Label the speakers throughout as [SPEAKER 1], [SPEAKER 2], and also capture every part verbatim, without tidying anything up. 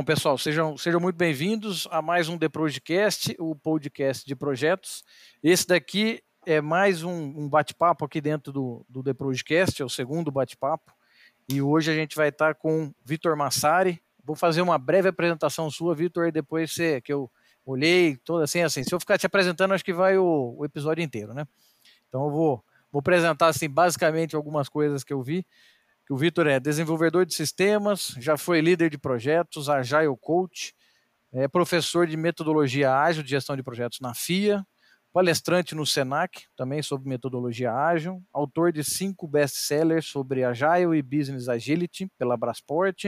[SPEAKER 1] Bom, pessoal, sejam, sejam muito bem-vindos a mais um The Projecast, o podcast de projetos. Esse daqui é mais um, um bate-papo aqui dentro do, do The Projecast, é o segundo bate-papo. E hoje a gente vai estar com Vitor Massari. Vou fazer uma breve apresentação sua, Vitor, e depois você, que eu olhei, toda assim, assim. Se eu ficar te apresentando, acho que vai o, o episódio inteiro, né? Então eu vou, vou apresentar, assim, basicamente algumas coisas que eu vi. Que o Vitor é desenvolvedor de sistemas, já foi líder de projetos, Agile Coach, é professor de metodologia ágil de gestão de projetos na F I A, palestrante no Senac, também sobre metodologia ágil, autor de cinco best-sellers sobre Agile e Business Agility pela Brasport,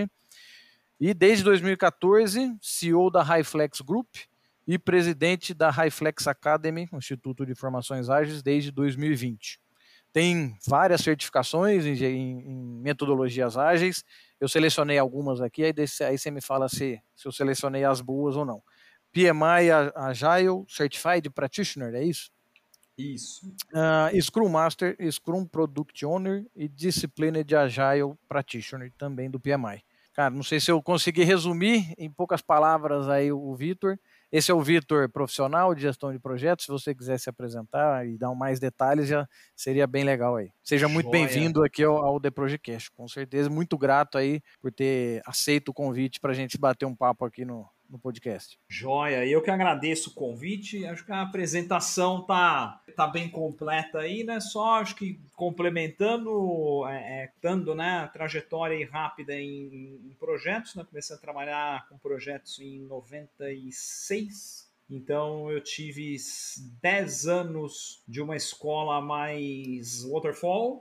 [SPEAKER 1] e desde dois mil e quatorze, C E O da HighFlex Group e presidente da HighFlex Academy, Instituto de Formações Ágeis, desde dois mil e vinte. Tem várias certificações em, em, em metodologias ágeis. Eu selecionei algumas aqui, aí, desse, aí você me fala se, se eu selecionei as boas ou não. P M I Agile Certified Practitioner, é isso?
[SPEAKER 2] Isso.
[SPEAKER 1] Uh, Scrum Master, Scrum Product Owner e Disciplined Agile Practitioner, também do P M I. Cara, não sei se eu consegui resumir em poucas palavras aí o Vitor. Esse é o Vitor profissional de gestão de projetos. Se você quiser se apresentar e dar mais detalhes, já seria bem legal aí. Seja muito bem-vindo aqui ao, ao The Projecast. Com certeza, muito grato aí por ter aceito o convite para a gente bater um papo aqui no, no podcast.
[SPEAKER 2] Joia, eu que agradeço o convite. Acho que a apresentação tá, tá bem completa aí, né? Só acho que complementando, é, é, dando, né, a trajetória rápida em, em projetos, né? Comecei a trabalhar com projetos em noventa e seis. Então eu tive dez anos de uma escola mais waterfall,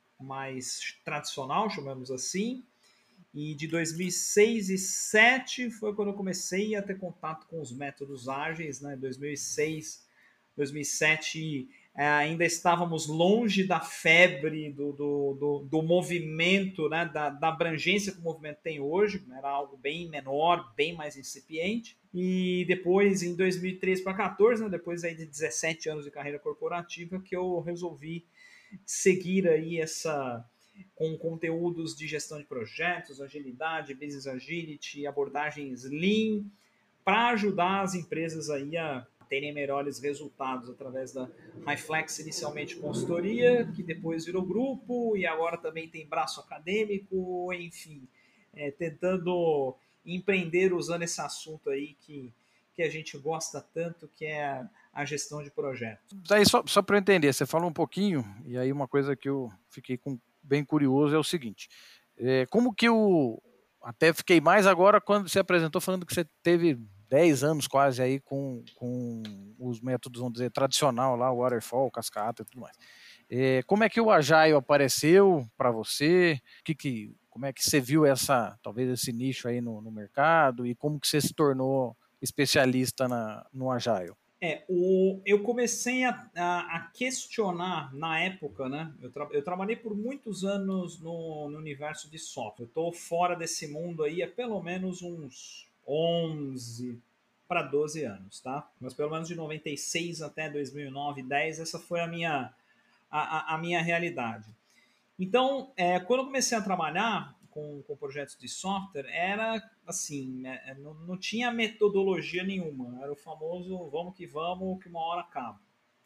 [SPEAKER 2] mais tradicional, chamamos assim. E de dois mil e seis e dois mil e sete foi quando eu comecei a ter contato com os métodos ágeis, né? dois mil e seis, dois mil e sete é, ainda estávamos longe da febre do, do, do, do movimento, né? da, da abrangência que o movimento tem hoje, era algo bem menor, bem mais incipiente. E depois, em dois mil e treze para dois mil e quatorze, né? Depois aí de dezessete anos de carreira corporativa, que eu resolvi seguir aí essa... com conteúdos de gestão de projetos, agilidade, business agility, abordagens lean, para ajudar as empresas aí a terem melhores resultados através da HighFlex, inicialmente consultoria, que depois virou grupo e agora também tem braço acadêmico, enfim, é, tentando empreender usando esse assunto aí que, que a gente gosta tanto, que é a gestão de projetos.
[SPEAKER 1] Daí só, só para eu entender, você falou um pouquinho, e aí uma coisa que eu fiquei com, bem curioso é o seguinte, é, como que o... Até fiquei mais agora quando você apresentou falando que você teve dez anos quase aí com, com os métodos, vamos dizer, tradicional lá, o waterfall, cascata e tudo mais. É, como é que o Agile apareceu para você? Que, que, como é que você viu essa, talvez esse nicho aí no, no mercado e como que você se tornou especialista na, no Agile?
[SPEAKER 2] É, o, eu comecei a, a, a questionar na época, né? Eu, tra, eu trabalhei por muitos anos no, no universo de software. Eu estou fora desse mundo aí há pelo menos uns onze para doze anos, tá? Mas pelo menos de noventa e seis até dois mil e nove, dez, essa foi a minha, a, a, a minha realidade. Então, é, quando eu comecei a trabalhar com, com projetos de software, era assim, né, não, não tinha metodologia nenhuma, era o famoso vamos que vamos, que uma hora acaba.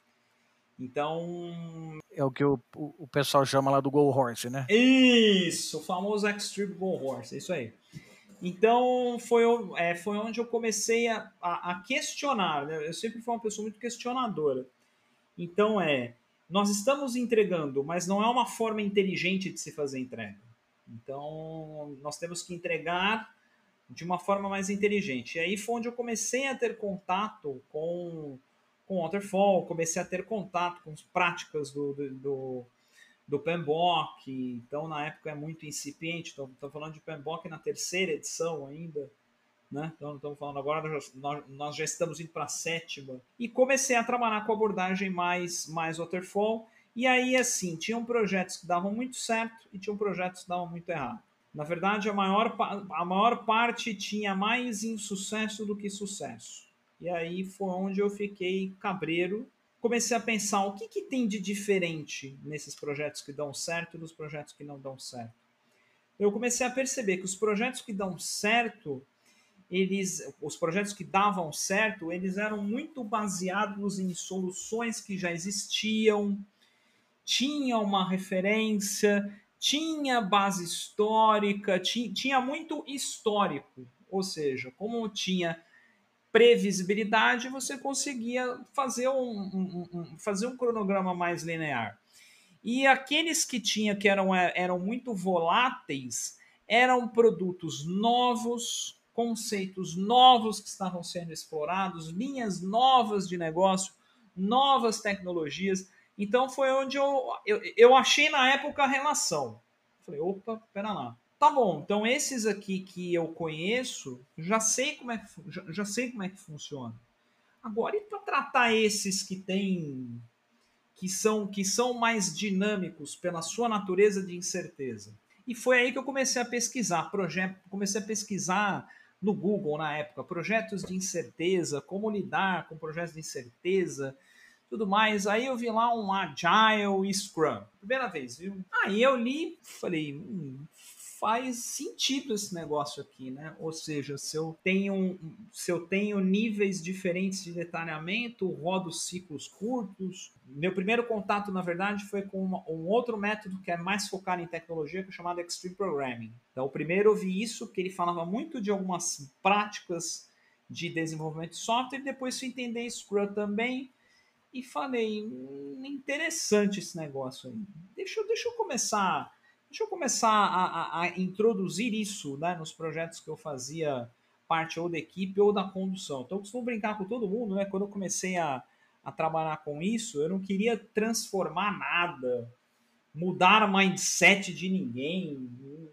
[SPEAKER 2] Então...
[SPEAKER 1] É o que o, o pessoal chama lá do Go Horse, né?
[SPEAKER 2] Isso, o famoso Extreme Go Horse, é isso aí. Então, foi, é, foi onde eu comecei a, a, a questionar, né? Eu sempre fui uma pessoa muito questionadora. Então, é, nós estamos entregando, mas não é uma forma inteligente de se fazer entrega. Então, nós temos que entregar de uma forma mais inteligente. E aí foi onde eu comecei a ter contato com, com Waterfall, comecei a ter contato com as práticas do, do, do, do PMBOK. Então, na época é muito incipiente, estou falando de PMBOK na terceira edição ainda. Né? Então, estamos falando agora, nós, nós já estamos indo para a sétima. E comecei a trabalhar com abordagem mais, mais Waterfall. E aí, assim, tinham projetos que davam muito certo e tinham projetos que davam muito errado. Na verdade, a maior, a maior parte tinha mais insucesso do que sucesso. E aí foi onde eu fiquei cabreiro. Comecei a pensar o que, que tem de diferente nesses projetos que dão certo e nos projetos que não dão certo. Eu comecei a perceber que os projetos que dão certo, eles, os projetos que davam certo, eles eram muito baseados em soluções que já existiam, tinha uma referência, tinha base histórica, tinha, tinha muito histórico, ou seja, como tinha previsibilidade, você conseguia fazer um, um, um, fazer um cronograma mais linear. E aqueles que tinha que eram, eram muito voláteis eram produtos novos, conceitos novos que estavam sendo explorados, linhas novas de negócio, novas tecnologias. Então foi onde eu, eu, eu achei na época a relação. Falei, opa, pera lá. Tá bom, então esses aqui que eu conheço, já sei como é que, já, já sei como é que funciona. Agora, e para tratar esses que têm que são, que são mais dinâmicos pela sua natureza de incerteza? E foi aí que eu comecei a pesquisar, projeto, comecei a pesquisar no Google na época, projetos de incerteza, como lidar com projetos de incerteza, tudo mais. Aí eu vi lá um Agile e Scrum. Primeira vez, viu? Aí eu li, falei, hum, faz sentido esse negócio aqui, né? Ou seja, se eu tenho, se eu tenho níveis diferentes de detalhamento, rodo ciclos curtos. Meu primeiro contato, na verdade, foi com uma, um outro método que é mais focado em tecnologia, que é chamado Extreme Programming. Então, primeiro eu vi isso, que ele falava muito de algumas práticas de desenvolvimento de software, e depois fui entender Scrum também, e falei, hum, interessante esse negócio aí. Deixa, deixa eu começar... Deixa eu começar a, a, a introduzir isso, né, nos projetos que eu fazia parte ou da equipe ou da condução. Então, eu costumo brincar com todo mundo, né? Quando eu comecei a, a trabalhar com isso, eu não queria transformar nada, mudar o mindset de ninguém.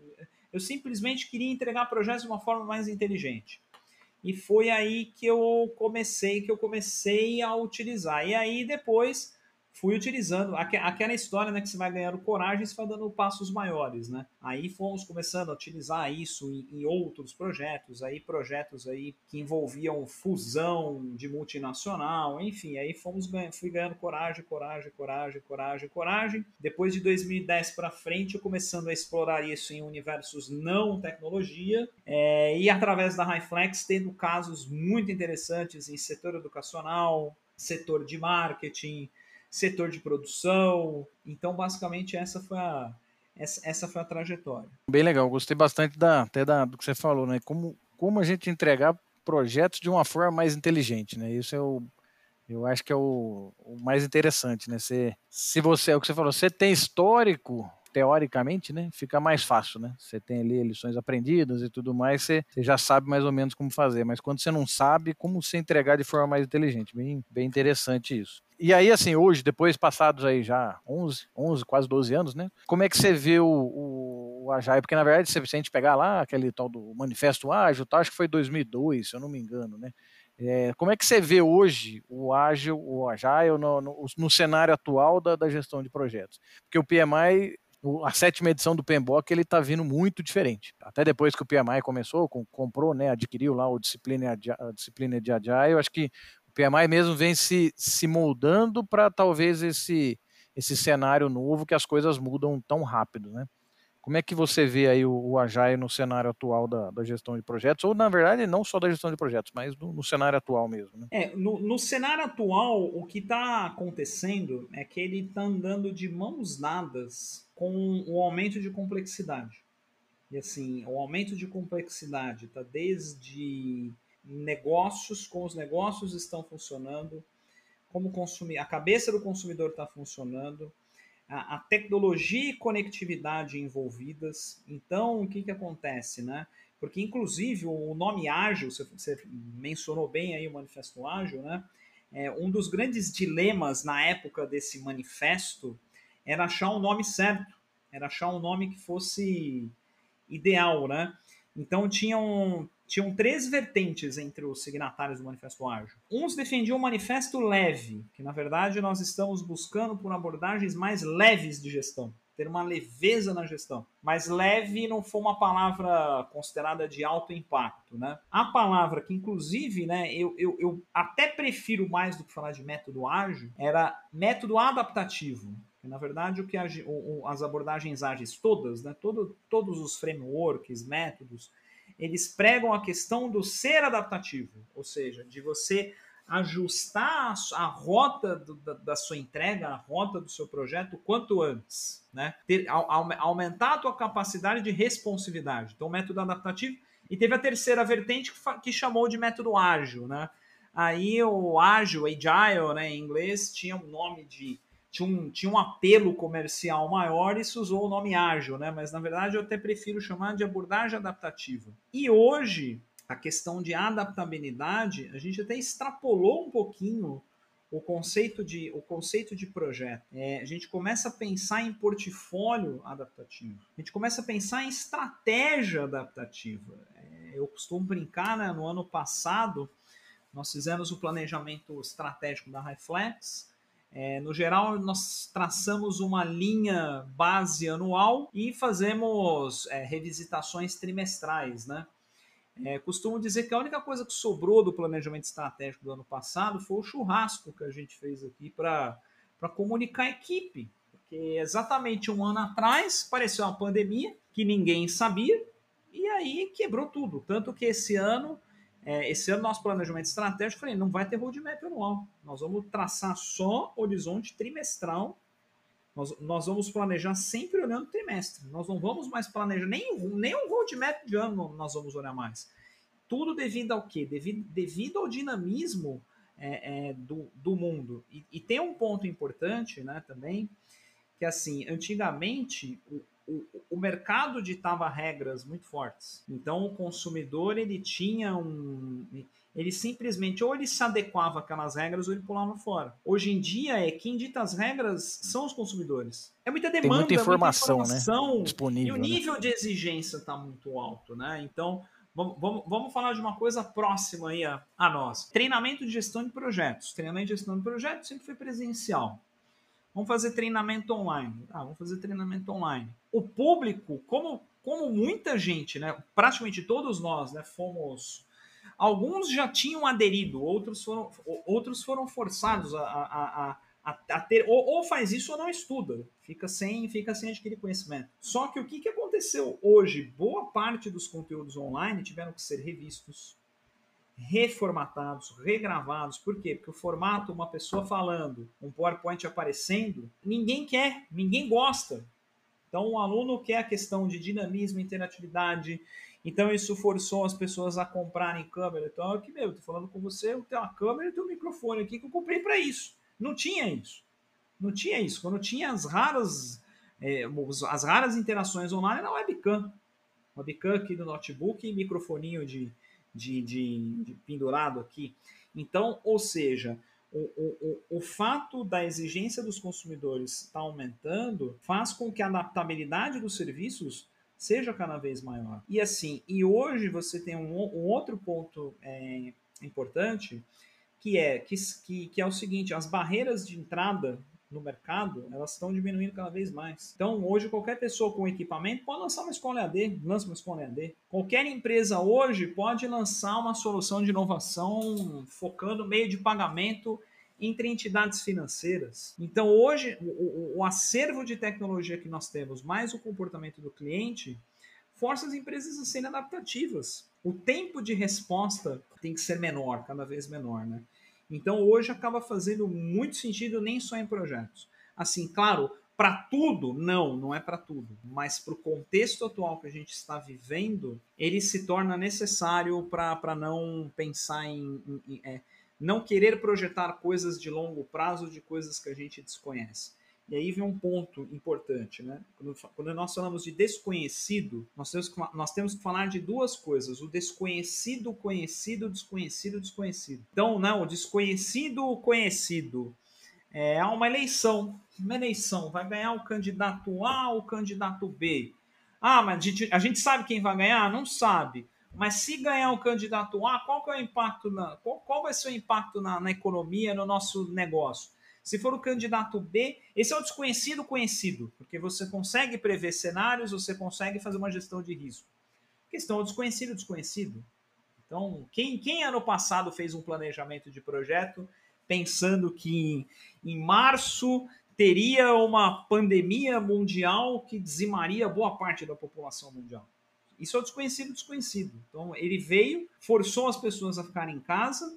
[SPEAKER 2] Eu simplesmente queria entregar projetos de uma forma mais inteligente. E foi aí que eu comecei, que eu comecei a utilizar. E aí depois fui utilizando aquela história, né, que você vai ganhando coragem e você vai dando passos maiores, né? Aí fomos começando a utilizar isso em, em outros projetos, aí projetos aí que envolviam fusão de multinacional, enfim, aí fomos ganhando, fui ganhando coragem, coragem, coragem, coragem, coragem. Depois de dois mil e dez para frente, eu começando a explorar isso em universos não tecnologia, é, e através da HighFlex tendo casos muito interessantes em setor educacional, setor de marketing, setor de produção. Então, basicamente, essa foi a, essa, essa foi a trajetória.
[SPEAKER 1] Bem legal, gostei bastante da, até da, do que você falou, né? Como, como a gente entregar projetos de uma forma mais inteligente, né? Isso é o, eu acho que é o, o mais interessante, né? Você, se você, é o que você falou, você tem histórico, teoricamente, né? Fica mais fácil, né? Você tem ali lições aprendidas e tudo mais, você, você já sabe mais ou menos como fazer, mas quando você não sabe, como se entregar de forma mais inteligente, bem, bem interessante isso. E aí, assim, hoje, depois passados aí já onze, onze, quase doze anos, né? Como é que você vê o, o, o Agile? Porque, na verdade, se a gente pegar lá aquele tal do Manifesto Ágil, tá, acho que foi dois mil e dois, se eu não me engano, né? É, como é que você vê hoje o Agile, o Agile no, no, no cenário atual da, da gestão de projetos? Porque o P M I, a sétima edição do P M B O K, ele está vindo muito diferente. Até depois que o P M I começou, com, comprou, né, adquiriu lá o disciplina, a disciplina de Agile, eu acho que o P M I mesmo vem se, se moldando para talvez esse, esse cenário novo que as coisas mudam tão rápido, né? Como é que você vê aí o, o Agile no cenário atual da, da gestão de projetos? Ou, na verdade, não só da gestão de projetos, mas no, no cenário atual mesmo, né?
[SPEAKER 2] É, no, no cenário atual, o que está acontecendo é que ele está andando de mãos dadas com o aumento de complexidade. E assim, o aumento de complexidade está desde negócios, como os negócios estão funcionando, como consumir, a cabeça do consumidor está funcionando, a, a tecnologia e conectividade envolvidas. Então, o que, que acontece, né? Porque, inclusive, o nome ágil, você, você mencionou bem aí o manifesto ágil, né? É, um dos grandes dilemas na época desse manifesto era achar um nome certo, era achar um nome que fosse ideal, né? Então tinham, tinham três vertentes entre os signatários do Manifesto Ágil. Uns defendiam o manifesto leve, que na verdade nós estamos buscando por abordagens mais leves de gestão, ter uma leveza na gestão. Mas leve não foi uma palavra considerada de alto impacto, né? A palavra que inclusive, né, eu, eu, eu até prefiro mais do que falar de método ágil, era método adaptativo. Na verdade, o que as abordagens ágeis todas, né, todo, todos os frameworks, métodos, eles pregam a questão do ser adaptativo, ou seja, de você ajustar a rota do, da, da sua entrega, a rota do seu projeto o quanto antes, né? Ter, a, a, aumentar a tua capacidade de responsividade. Então, método adaptativo. E teve a terceira vertente que, que chamou de método ágil, né? Aí o ágil, agile, né, em inglês, tinha um nome de... Tinha um, tinha um apelo comercial maior e se usou o nome ágil, né? Mas, na verdade, eu até prefiro chamar de abordagem adaptativa. E hoje, a questão de adaptabilidade, a gente até extrapolou um pouquinho o conceito de, o conceito de projeto. É, a gente começa a pensar em portfólio adaptativo. A gente começa a pensar em estratégia adaptativa. É, eu costumo brincar, né? No ano passado, nós fizemos o planejamento estratégico da Highflex. É, no geral, nós traçamos uma linha base anual e fazemos é, revisitações trimestrais, né? É, costumo dizer que a única coisa que sobrou do planejamento estratégico do ano passado foi o churrasco que a gente fez aqui para comunicar a equipe. Porque exatamente um ano atrás apareceu uma pandemia que ninguém sabia e aí quebrou tudo. Tanto que esse ano, é, esse ano nosso planejamento estratégico, falei, não vai ter roadmap anual. Nós vamos traçar só horizonte trimestral. Nós, nós vamos planejar sempre olhando o trimestre. Nós não vamos mais planejar, nem, nem um roadmap de ano nós vamos olhar mais. Tudo devido ao quê? Devido, devido ao dinamismo é, é, do, do mundo. E, e tem um ponto importante, né, também, que assim, antigamente o, o, o mercado ditava regras muito fortes. Então o consumidor ele tinha um... Ele simplesmente ou ele se adequava àquelas regras ou ele pulava fora. Hoje em dia, é quem dita as regras são os consumidores. É muita demanda,
[SPEAKER 1] tem muita informação,
[SPEAKER 2] muita informação,
[SPEAKER 1] né? Disponível.
[SPEAKER 2] E o nível
[SPEAKER 1] né?
[SPEAKER 2] de exigência está muito alto, né? Então, vamos, vamos, vamos falar de uma coisa próxima aí a, a nós. Treinamento de gestão de projetos. Treinamento de gestão de projetos sempre foi presencial. Vamos fazer treinamento online. Ah, vamos fazer treinamento online. O público, como, como muita gente, né? Praticamente todos nós, né? Fomos... Alguns já tinham aderido, outros foram, outros foram forçados a, a, a, a ter, ou, ou faz isso ou não estuda, fica sem, fica sem adquirir conhecimento. Só que o que, que aconteceu hoje? Boa parte dos conteúdos online tiveram que ser revistos, reformatados, regravados. Por quê? Porque o formato, uma pessoa falando, um PowerPoint aparecendo, ninguém quer, ninguém gosta. Então o aluno quer a questão de dinamismo, interatividade. Então isso forçou as pessoas a comprarem câmera. Então, aqui mesmo, estou falando com você, eu tenho uma câmera e tenho um microfone aqui que eu comprei para isso. Não tinha isso. Não tinha isso. Quando tinha as raras, é, as raras interações online, era webcam. Webcam aqui do notebook e microfoninho de, de, de, de pendurado aqui. Então, ou seja... O, o, o fato da exigência dos consumidores estar aumentando faz com que a adaptabilidade dos serviços seja cada vez maior. E assim, e hoje você tem um, um outro ponto é, importante, que é, que, que, que é o seguinte, as barreiras de entrada no mercado, elas estão diminuindo cada vez mais. Então, hoje, qualquer pessoa com equipamento pode lançar uma escola E A D, lança uma escola E A D. Qualquer empresa hoje pode lançar uma solução de inovação focando meio de pagamento entre entidades financeiras. Então, hoje, o, o, o acervo de tecnologia que nós temos, mais o comportamento do cliente, força as empresas a serem adaptativas. O tempo de resposta tem que ser menor, cada vez menor, né? Então, hoje acaba fazendo muito sentido nem só em projetos. Assim, claro, para tudo, não, não é para tudo. Mas para o contexto atual que a gente está vivendo, ele se torna necessário para não pensar em... em, em é, não querer projetar coisas de longo prazo de coisas que a gente desconhece. E aí vem um ponto importante, né? Quando, quando nós falamos de desconhecido, nós temos, que, nós temos que falar de duas coisas: o desconhecido, conhecido, desconhecido, desconhecido. Então, não, o desconhecido, conhecido. É uma eleição. Uma eleição. Vai ganhar o candidato A ou o candidato B? Ah, mas a gente, a gente sabe quem vai ganhar? Não sabe. Mas se ganhar o candidato A, qual que é o impacto na, qual, qual vai ser o impacto na, na economia, no nosso negócio? Se for o candidato B, esse é o desconhecido conhecido, porque você consegue prever cenários, você consegue fazer uma gestão de risco. A questão é o desconhecido desconhecido. Então, quem, quem ano passado fez um planejamento de projeto pensando que em, em março teria uma pandemia mundial que dizimaria boa parte da população mundial? Isso é o desconhecido desconhecido. Então, ele veio, forçou as pessoas a ficarem em casa,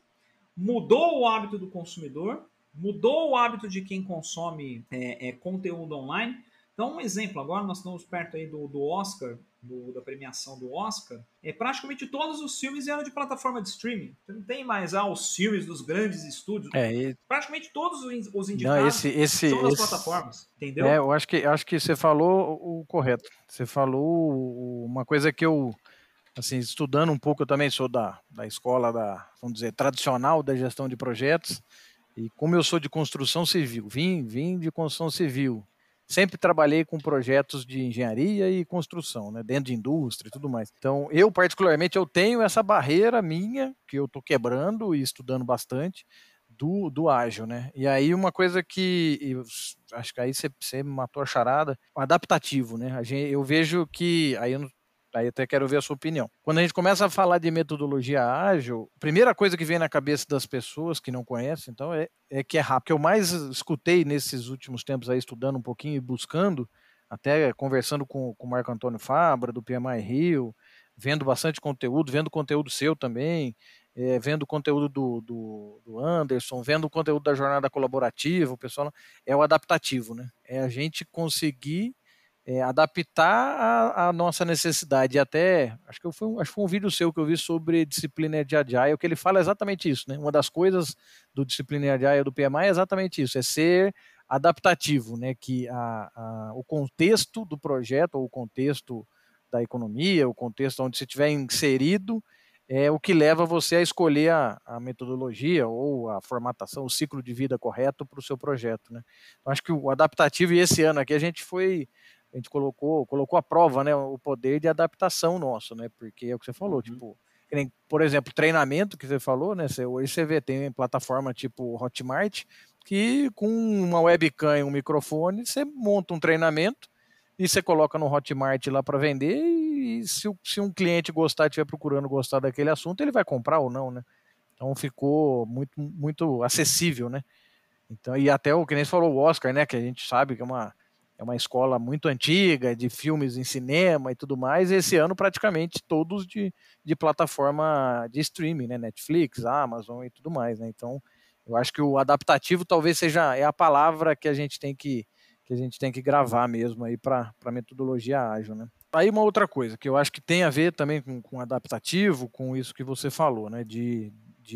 [SPEAKER 2] mudou o hábito do consumidor, mudou o hábito de quem consome é, é, conteúdo online. Então, um exemplo, agora nós estamos perto aí do, do Oscar, do, da premiação do Oscar, é, praticamente todos os filmes eram de plataforma de streaming. Você não tem mais ah, os filmes dos grandes estúdios.
[SPEAKER 1] É, e...
[SPEAKER 2] Praticamente todos os indicados
[SPEAKER 1] Não, esse, esse,
[SPEAKER 2] são das
[SPEAKER 1] esse...
[SPEAKER 2] plataformas, entendeu?
[SPEAKER 1] É, eu acho que, acho que você falou o correto. Você falou uma coisa que eu, assim, estudando um pouco, eu também sou da, da escola, da, vamos dizer, tradicional da gestão de projetos, e como eu sou de construção civil, vim, vim de construção civil, sempre trabalhei com projetos de engenharia e construção, né, dentro de indústria e tudo mais. Então, eu particularmente, eu tenho essa barreira minha, que eu estou quebrando e estudando bastante, do, do ágil, né? E aí uma coisa que, eu, acho que aí você, você matou a charada, o adaptativo, né? A gente, eu vejo que, aí eu não, Aí até quero ver a sua opinião. Quando a gente começa a falar de metodologia ágil, a primeira coisa que vem na cabeça das pessoas que não conhecem, então, é, é que é rápido. O que eu mais escutei nesses últimos tempos aí, estudando um pouquinho e buscando, até conversando com, com o Marco Antônio Fabra, do P M I Rio, vendo bastante conteúdo, vendo conteúdo seu também, é, vendo conteúdo do, do, do Anderson, vendo o conteúdo da jornada colaborativa, o pessoal, é o adaptativo, né? É a gente conseguir É, adaptar a, a nossa necessidade. E até, acho que, foi um, acho que foi um vídeo seu que eu vi sobre disciplina de Agile, que ele fala exatamente isso, né? Uma das coisas do disciplina de Agile do P M I é exatamente isso, é ser adaptativo, né? Que a, a, o contexto do projeto, ou o contexto da economia, o contexto onde você estiver inserido, é o que leva você a escolher a, a metodologia ou a formatação, o ciclo de vida correto para o seu projeto, né? Então, acho que o adaptativo, e esse ano aqui a gente foi a gente colocou, colocou à prova, né, o poder de adaptação nosso, né, porque é o que você falou, uhum. tipo, por exemplo, treinamento que você falou, né, você, hoje você vê, tem plataforma tipo Hotmart, que com uma webcam e um microfone, você monta um treinamento e você coloca no Hotmart lá para vender e se, se um cliente gostar, estiver procurando gostar daquele assunto, ele vai comprar ou não, né, então ficou muito, muito acessível, né, então, e até o que nem você falou, o Oscar, né, que a gente sabe que é uma É uma escola muito antiga, de filmes em cinema e tudo mais, e esse ano praticamente todos de, de plataforma de streaming, né? Netflix, Amazon e tudo mais, né? Então, eu acho que o adaptativo talvez seja é a palavra que a gente tem que, que, a gente tem que gravar mesmo aí para a metodologia ágil, né? Aí uma outra coisa que eu acho que tem a ver também com, com adaptativo, com isso que você falou, né? De,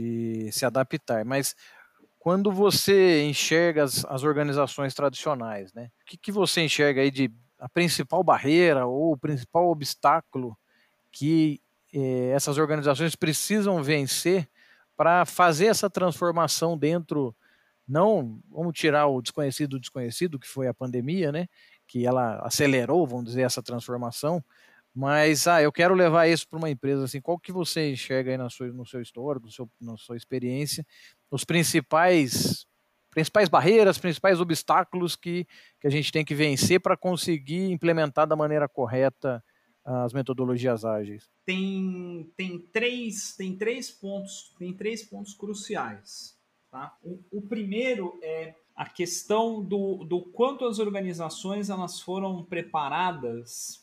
[SPEAKER 1] de se adaptar, mas quando você enxerga as, as organizações tradicionais, né? O que, que você enxerga aí de a principal barreira ou o principal obstáculo que eh, essas organizações precisam vencer para fazer essa transformação dentro, não, vamos tirar o desconhecido do desconhecido, que foi a pandemia, né? Que ela acelerou, vamos dizer, essa transformação, mas, ah, eu quero levar isso para uma empresa, assim, qual que você enxerga aí na sua, no seu histórico, no seu, na sua experiência, os principais, principais barreiras, principais obstáculos que, que a gente tem que vencer para conseguir implementar da maneira correta as metodologias ágeis?
[SPEAKER 2] Tem, tem, três, tem, três, pontos, tem três pontos cruciais. Tá? O, o primeiro é a questão do, do quanto as organizações elas foram preparadas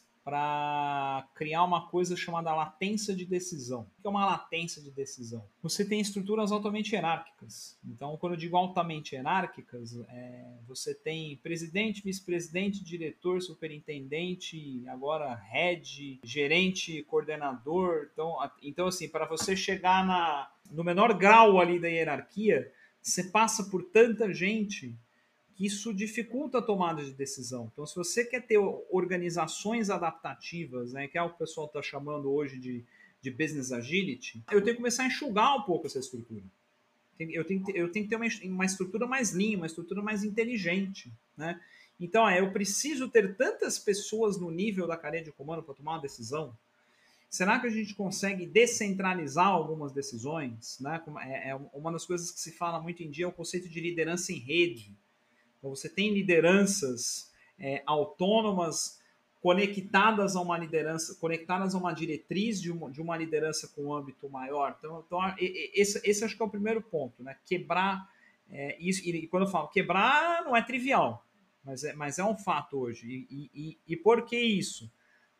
[SPEAKER 2] para criar uma coisa chamada latência de decisão. O que é uma latência de decisão? Você tem estruturas altamente hierárquicas. Então, quando eu digo altamente hierárquicas, é, você tem presidente, vice-presidente, diretor, superintendente, agora head, gerente, coordenador. Então, então assim, para você chegar na, no menor grau ali da hierarquia, você passa por tanta gente que isso dificulta a tomada de decisão. Então, se você quer ter organizações adaptativas, né, que é o que o pessoal está chamando hoje de, de business agility, eu tenho que começar a enxugar um pouco essa estrutura. Eu tenho que ter, eu tenho que ter uma, uma estrutura mais lean, uma estrutura mais inteligente. Né? Então, é, eu preciso ter tantas pessoas no nível da cadeia de comando para tomar uma decisão. Será que a gente consegue descentralizar algumas decisões? Né? É, é uma das coisas que se fala muito em dia é o conceito de liderança em rede. Então, você tem lideranças é, autônomas conectadas a uma liderança, conectadas a uma diretriz de uma, de uma liderança com um âmbito maior. Então, então esse, esse acho que é o primeiro ponto, né? Quebrar é, isso. E quando eu falo quebrar, não é trivial, mas é, mas é um fato hoje. E, e, e por que isso?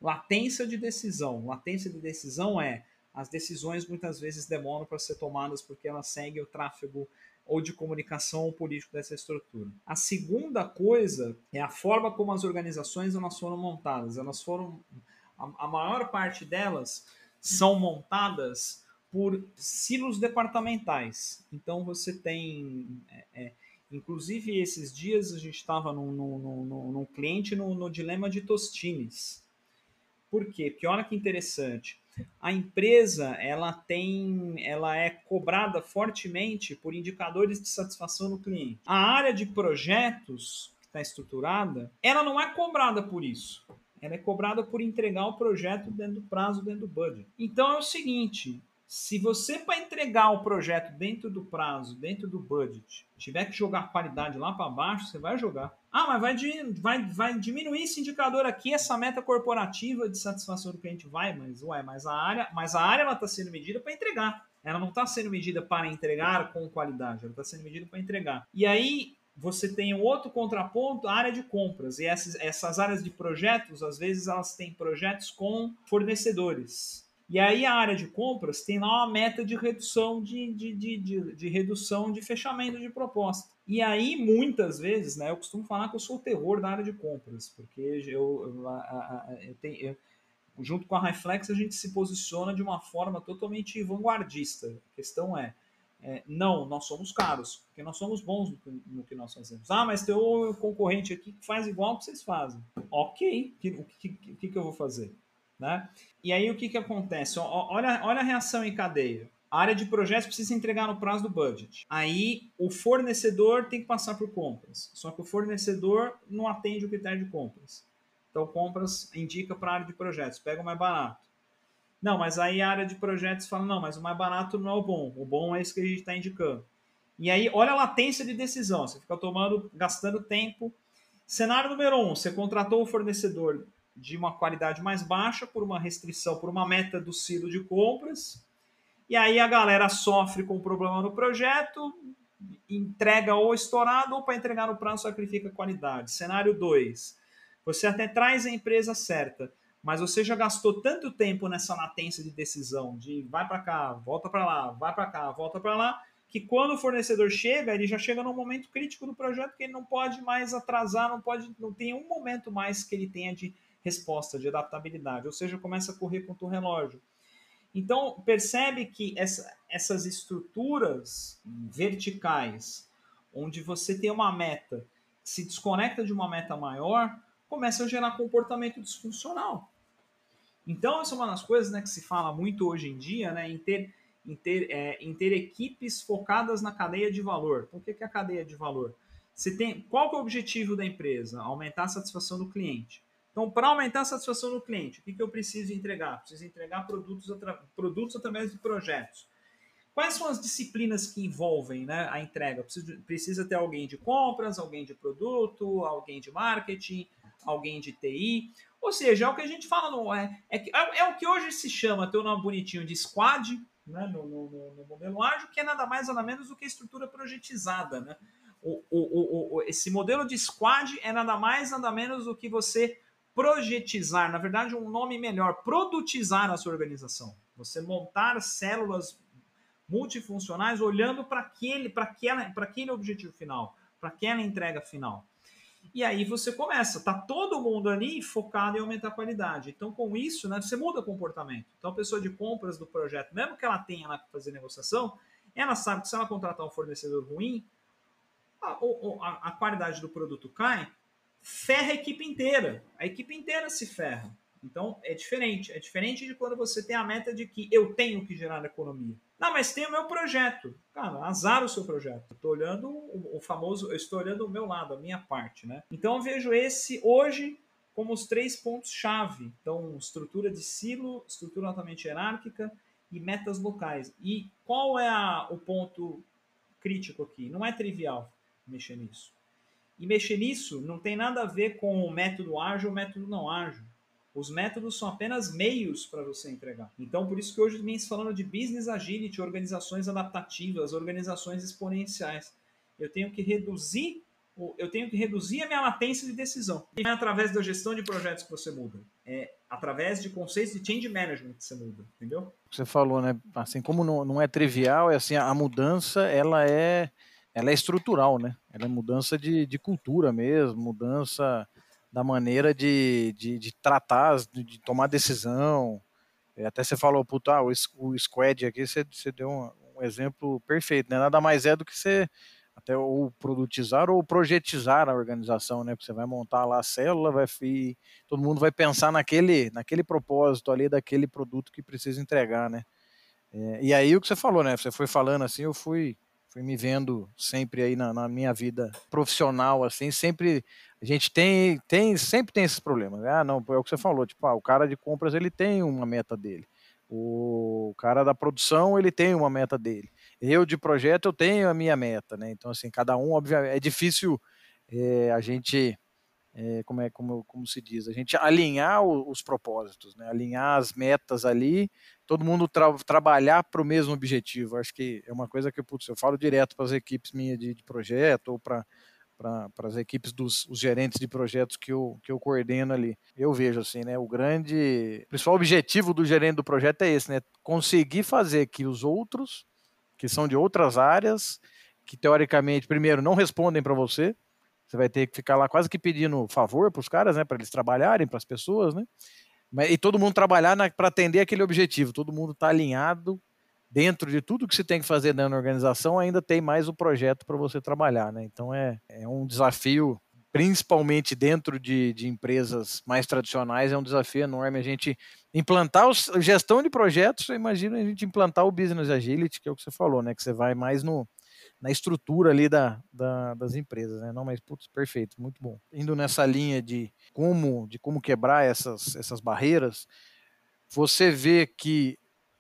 [SPEAKER 2] latência de decisão. Latência de decisão é as decisões muitas vezes demoram para ser tomadas porque elas seguem o tráfego ou de comunicação ou político dessa estrutura. A segunda coisa é a forma como as organizações elas foram montadas. Elas foram, a, a maior parte delas são montadas por silos departamentais. Então você tem, é, é, inclusive esses dias a gente estava num, num, num, num cliente no, no dilema de Tostines. Por quê? Porque olha que interessante. A empresa ela tem, ela é cobrada fortemente por indicadores de satisfação do cliente. A área de projetos que está estruturada, ela não é cobrada por isso. Ela é cobrada por entregar o projeto dentro do prazo, dentro do budget. Então é o seguinte, se você para entregar o projeto dentro do prazo, dentro do budget, tiver que jogar qualidade lá para baixo, você vai jogar. Ah, mas vai, vai, vai diminuir esse indicador aqui, essa meta corporativa de satisfação do cliente. Vai, mas ué, mas a área, mas a área está sendo medida para entregar. Ela não está sendo medida para entregar com qualidade, ela está sendo medida para entregar. E aí você tem um outro contraponto, a área de compras. E essas, essas áreas de projetos, às vezes elas têm projetos com fornecedores. E aí a área de compras tem lá uma meta de redução de, de, de, de, de redução de fechamento de proposta. E aí, muitas vezes, né, eu costumo falar que eu sou o terror da área de compras, porque eu, eu, eu, tenho, eu junto com a Reflex, a gente se posiciona de uma forma totalmente vanguardista. A questão é, é não, nós somos caros, porque nós somos bons no, no que nós fazemos. Ah, mas tem um concorrente aqui que faz igual que vocês fazem. Ok, o que, que, que, que eu vou fazer? Né? E aí o que, que acontece? Olha, olha a reação em cadeia. A área de projetos precisa entregar no prazo do budget. Aí o fornecedor tem que passar por compras. Só que o fornecedor não atende o critério de compras. Então compras indica para a área de projetos, pega o mais barato. Não, mas aí a área de projetos fala, não, mas o mais barato não é o bom. O bom é isso que a gente está indicando. E aí olha a latência de decisão. Você fica tomando, gastando tempo. Cenário número um, você contratou o fornecedor de uma qualidade mais baixa por uma restrição, por uma meta do silo de compras, e aí a galera sofre com o problema no projeto, entrega ou estourado, ou para entregar no prazo sacrifica a qualidade. Cenário dois, você até traz a empresa certa, mas você já gastou tanto tempo nessa latência de decisão, de vai para cá, volta para lá, vai para cá, volta para lá, que quando o fornecedor chega, ele já chega num momento crítico do projeto que ele não pode mais atrasar, não pode, não tem um momento mais que ele tenha de resposta, de adaptabilidade, ou seja, começa a correr contra o relógio. Então, percebe que essa, essas estruturas verticais, onde você tem uma meta que se desconecta de uma meta maior, começa a gerar comportamento disfuncional. Então, essa é uma das coisas, né, que se fala muito hoje em dia, né, em ter, em ter, é, em ter equipes focadas na cadeia de valor. Então, o que é a cadeia de valor? Você tem, qual que é o objetivo da empresa? Aumentar a satisfação do cliente. Então, para aumentar a satisfação do cliente, o que, que eu preciso entregar? Preciso entregar produtos, atra, produtos através de projetos. Quais são as disciplinas que envolvem, né, a entrega? Precisa, precisa ter alguém de compras, alguém de produto, alguém de marketing, alguém de T I. Ou seja, é o que a gente fala, no, é, é, é o que hoje se chama, tem um nome bonitinho de squad, né, no, no, no modelo ágil, que é nada mais nada menos do que estrutura projetizada. Né? O, o, o, o, esse modelo de squad é nada mais nada menos do que você projetizar, na verdade um nome melhor, produtizar a sua organização. Você montar células multifuncionais olhando para aquele, para aquela, para aquele objetivo final, para aquela entrega final. E aí você começa, tá todo mundo ali focado em aumentar a qualidade. Então, com isso, né, você muda o comportamento. Então, a pessoa de compras do projeto, mesmo que ela tenha lá para fazer negociação, ela sabe que se ela contratar um fornecedor ruim, a, a, a qualidade do produto cai, ferra a equipe inteira. A equipe inteira se ferra. Então, é diferente. É diferente de quando você tem a meta de que eu tenho que gerar economia. Não, mas tem o meu projeto. Cara, azar o seu projeto. Estou olhando o, o famoso, eu estou olhando o meu lado, a minha parte, né? Então, eu vejo esse hoje como os três pontos-chave. Então, estrutura de silo, estrutura altamente hierárquica e metas locais. E qual é a, o ponto crítico aqui? Não é trivial mexer nisso. E mexer nisso não tem nada a ver com o método ágil ou o método não ágil. Os métodos são apenas meios para você entregar. Então, por isso que hoje vem se falando de business agility, organizações adaptativas, organizações exponenciais. Eu tenho que reduzir eu tenho que reduzir a minha latência de decisão. E não é através da gestão de projetos que você muda. É através de conceitos de change management que você muda, entendeu?
[SPEAKER 1] Você falou, né? Assim, como não, não é trivial, é assim, a mudança, ela é, ela é estrutural, né? Ela é mudança de, de cultura mesmo, mudança da maneira de, de, de tratar, de, de tomar decisão. Até você falou, puta, ah, o, o squad aqui, você, você deu um, um exemplo perfeito, né? Nada mais é do que você até ou produtizar ou projetizar a organização, né? Porque você vai montar lá a célula, vai e todo mundo vai pensar naquele, naquele propósito ali daquele produto que precisa entregar, né? É, e aí o que você falou, né? Você foi falando assim, eu fui, fui me vendo sempre aí na, na minha vida profissional, assim, sempre a gente tem, tem, sempre tem esses problemas. Né? Ah, não, é o que você falou, tipo, ah, o cara de compras ele tem uma meta dele. O cara da produção ele tem uma meta dele. Eu de projeto eu tenho a minha meta, né? Então assim, cada um, obviamente, é difícil é, a gente é, como é como, como se diz, a gente alinhar o, os propósitos, né? Alinhar as metas ali, todo mundo tra trabalhar para o mesmo objetivo. Acho que é uma coisa que putz, eu falo direto para as equipes minhas de, de projeto ou para para as equipes dos os gerentes de projetos que eu, que eu coordeno ali. Eu vejo assim, né? O grande, o principal objetivo do gerente do projeto é esse, né? Conseguir fazer que os outros, que são de outras áreas, que teoricamente, primeiro, não respondem para você, você vai ter que ficar lá quase que pedindo favor para os caras, né? Para eles trabalharem, para as pessoas, né? E todo mundo trabalhar para atender aquele objetivo. Todo mundo está alinhado dentro de tudo que se tem que fazer dentro da organização. Ainda tem mais o projeto para você trabalhar, né? Então é, é um desafio, principalmente dentro de, de empresas mais tradicionais, é um desafio enorme a gente implantar os, a gestão de projetos. Imagina a gente implantar o Business Agility, que é o que você falou, né? Que você vai mais no na estrutura ali da, da, das empresas, né? Não, mas putz, perfeito, muito bom. Indo nessa linha de como, de como quebrar essas, essas barreiras, você vê que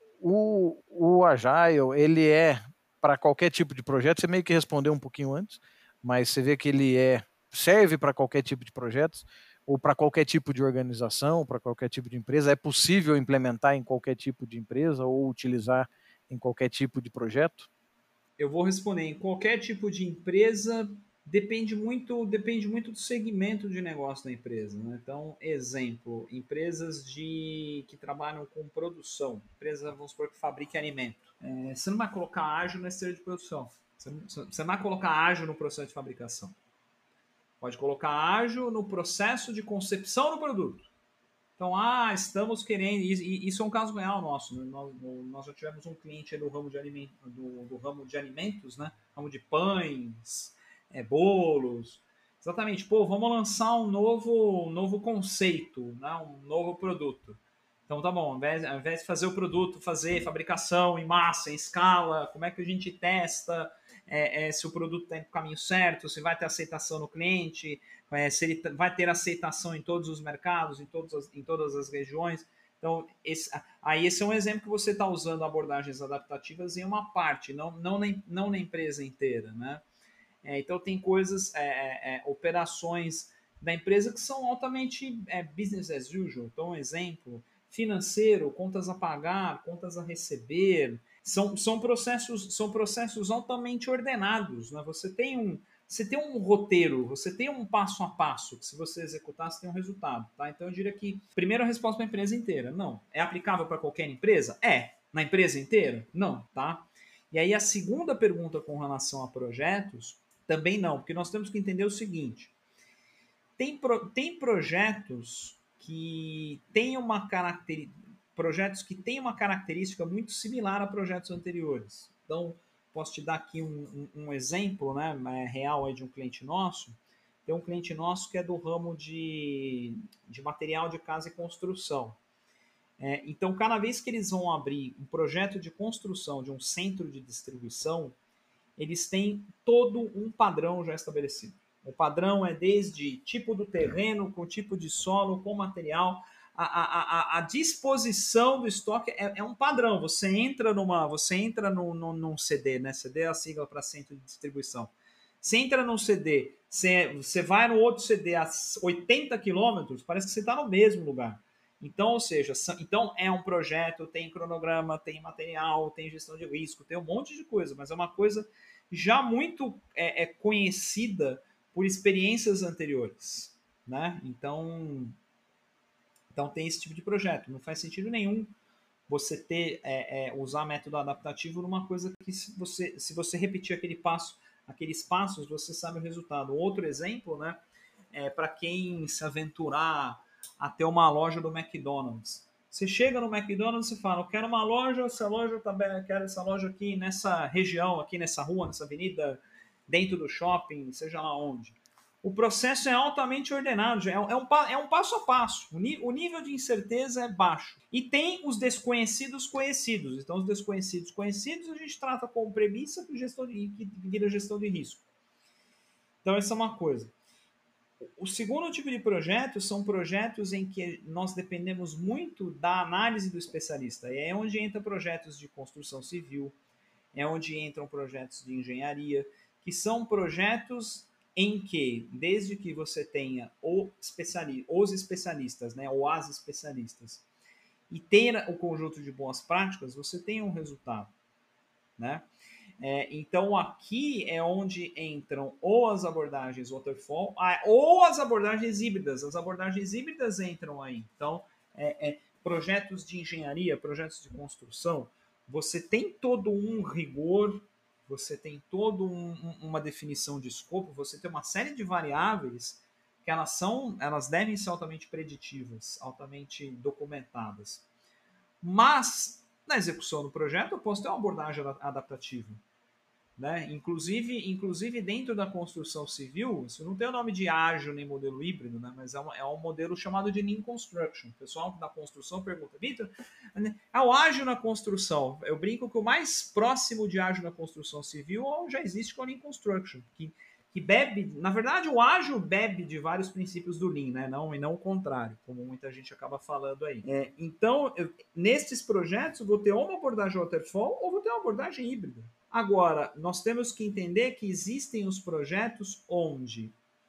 [SPEAKER 1] o, o Agile, ele é para qualquer tipo de projeto, você meio que respondeu um pouquinho antes, mas você vê que ele é serve para qualquer tipo de projetos ou para qualquer tipo de organização, para qualquer tipo de empresa, é possível implementar em qualquer tipo de empresa ou utilizar em qualquer tipo de projeto?
[SPEAKER 2] Eu vou responder em qualquer tipo de empresa, depende muito, depende muito do segmento de negócio da empresa. Né? Então, exemplo, empresas de, que trabalham com produção, empresa, vamos supor, que fabrica alimento. É, você não vai colocar ágil na esteira de produção. Você não, você não vai colocar ágil no processo de fabricação. Pode colocar ágil no processo de concepção do produto. Então, ah, estamos querendo. E isso é um caso real nosso. Né? Nós, nós já tivemos um cliente do ramo de, aliment, do, do ramo de alimentos, né? Ramo de pães, é, bolos. Exatamente. Pô, vamos lançar um novo, um novo conceito, né? Um novo produto. Então, tá bom. Ao invés, ao invés de fazer o produto, fazer fabricação em massa, em escala, como é que a gente testa é, é, se o produto está no caminho certo, se vai ter aceitação no cliente, é, se ele vai ter aceitação em todos os mercados, em, todos as, em todas as regiões. Então, esse, aí esse é um exemplo que você está usando abordagens adaptativas em uma parte, não, não, na, não na empresa inteira. Né? É, então, tem coisas, é, é, operações da empresa que são altamente é, business as usual. Então, um exemplo, financeiro, contas a pagar, contas a receber, são, são, processos, são processos altamente ordenados. Né? Você tem um, você tem um roteiro, você tem um passo a passo que se você executar, você tem um resultado. Tá? Então eu diria que, primeira resposta para a empresa inteira, não. É aplicável para qualquer empresa? É. Na empresa inteira? Não. Tá? E aí a segunda pergunta com relação a projetos, também não, porque nós temos que entender o seguinte, tem, pro, tem projetos que têm uma característica, projetos que têm uma característica muito similar a projetos anteriores. Então, posso te dar aqui um, um, um exemplo, né, real aí de um cliente nosso. Tem um cliente nosso que é do ramo de, de material de casa e construção. É, então, cada vez que eles vão abrir um projeto de construção de um centro de distribuição, eles têm todo um padrão já estabelecido. O padrão é desde tipo do terreno, com tipo de solo, com material. A, a, a, a disposição do estoque é, é, um padrão. Você entra numa, você entra num, num, num C D, né? C D é a sigla para centro de distribuição. Você entra num C D, você, você vai no outro C D a oitenta quilômetros, parece que você está no mesmo lugar. Então, ou seja, então é um projeto, tem cronograma, tem material, tem gestão de risco, tem um monte de coisa, mas é uma coisa já muito é, é conhecida por experiências anteriores, né? Então, então tem esse tipo de projeto. Não faz sentido nenhum você ter é, é, usar método adaptativo numa coisa que se você, se você repetir aquele passo, aqueles passos, você sabe o resultado. Outro exemplo, né, é para quem se aventurar a ter uma loja do McDonald's. Você chega no McDonald's e fala, eu quero uma loja, essa loja tá bem, eu quero essa loja aqui nessa região, aqui nessa rua, nessa avenida, dentro do shopping, seja lá onde. O processo é altamente ordenado, é um, é um, é um passo a passo. O, o nível de incerteza é baixo. E tem os desconhecidos conhecidos. Então, os desconhecidos conhecidos a gente trata como premissa que, gestão de, que vira gestão de risco. Então, essa é uma coisa. O segundo tipo de projeto são projetos em que nós dependemos muito da análise do especialista. E é onde entram projetos de construção civil, é onde entram projetos de engenharia, que são projetos em que, desde que você tenha o especiali os especialistas, né, ou as especialistas, e tenha o conjunto de boas práticas, você tem um resultado, né? É, então, aqui é onde entram ou as abordagens waterfall, ou as abordagens híbridas. As abordagens híbridas entram aí. Então, é, é, projetos de engenharia, projetos de construção, você tem todo um rigor, você tem toda um, uma definição de escopo, você tem uma série de variáveis que elas são, elas devem ser altamente preditivas, altamente documentadas. Mas, na execução do projeto, eu posso ter uma abordagem adaptativa. Né? Inclusive, inclusive dentro da construção civil, isso não tem o nome de ágil nem modelo híbrido, né? Mas é, uma, é um modelo chamado de Lean Construction. O pessoal da construção pergunta, Vitor, é o ágil na construção? Eu brinco que o mais próximo de ágil na construção civil já existe com a Lean Construction, que, que bebe, na verdade o ágil bebe de vários princípios do Lean, né? Não, e não o contrário, como muita gente acaba falando aí. É, então, eu, nesses projetos, eu vou ter uma abordagem waterfall ou vou ter uma abordagem híbrida. Agora, nós temos que entender que existem os projetos onde,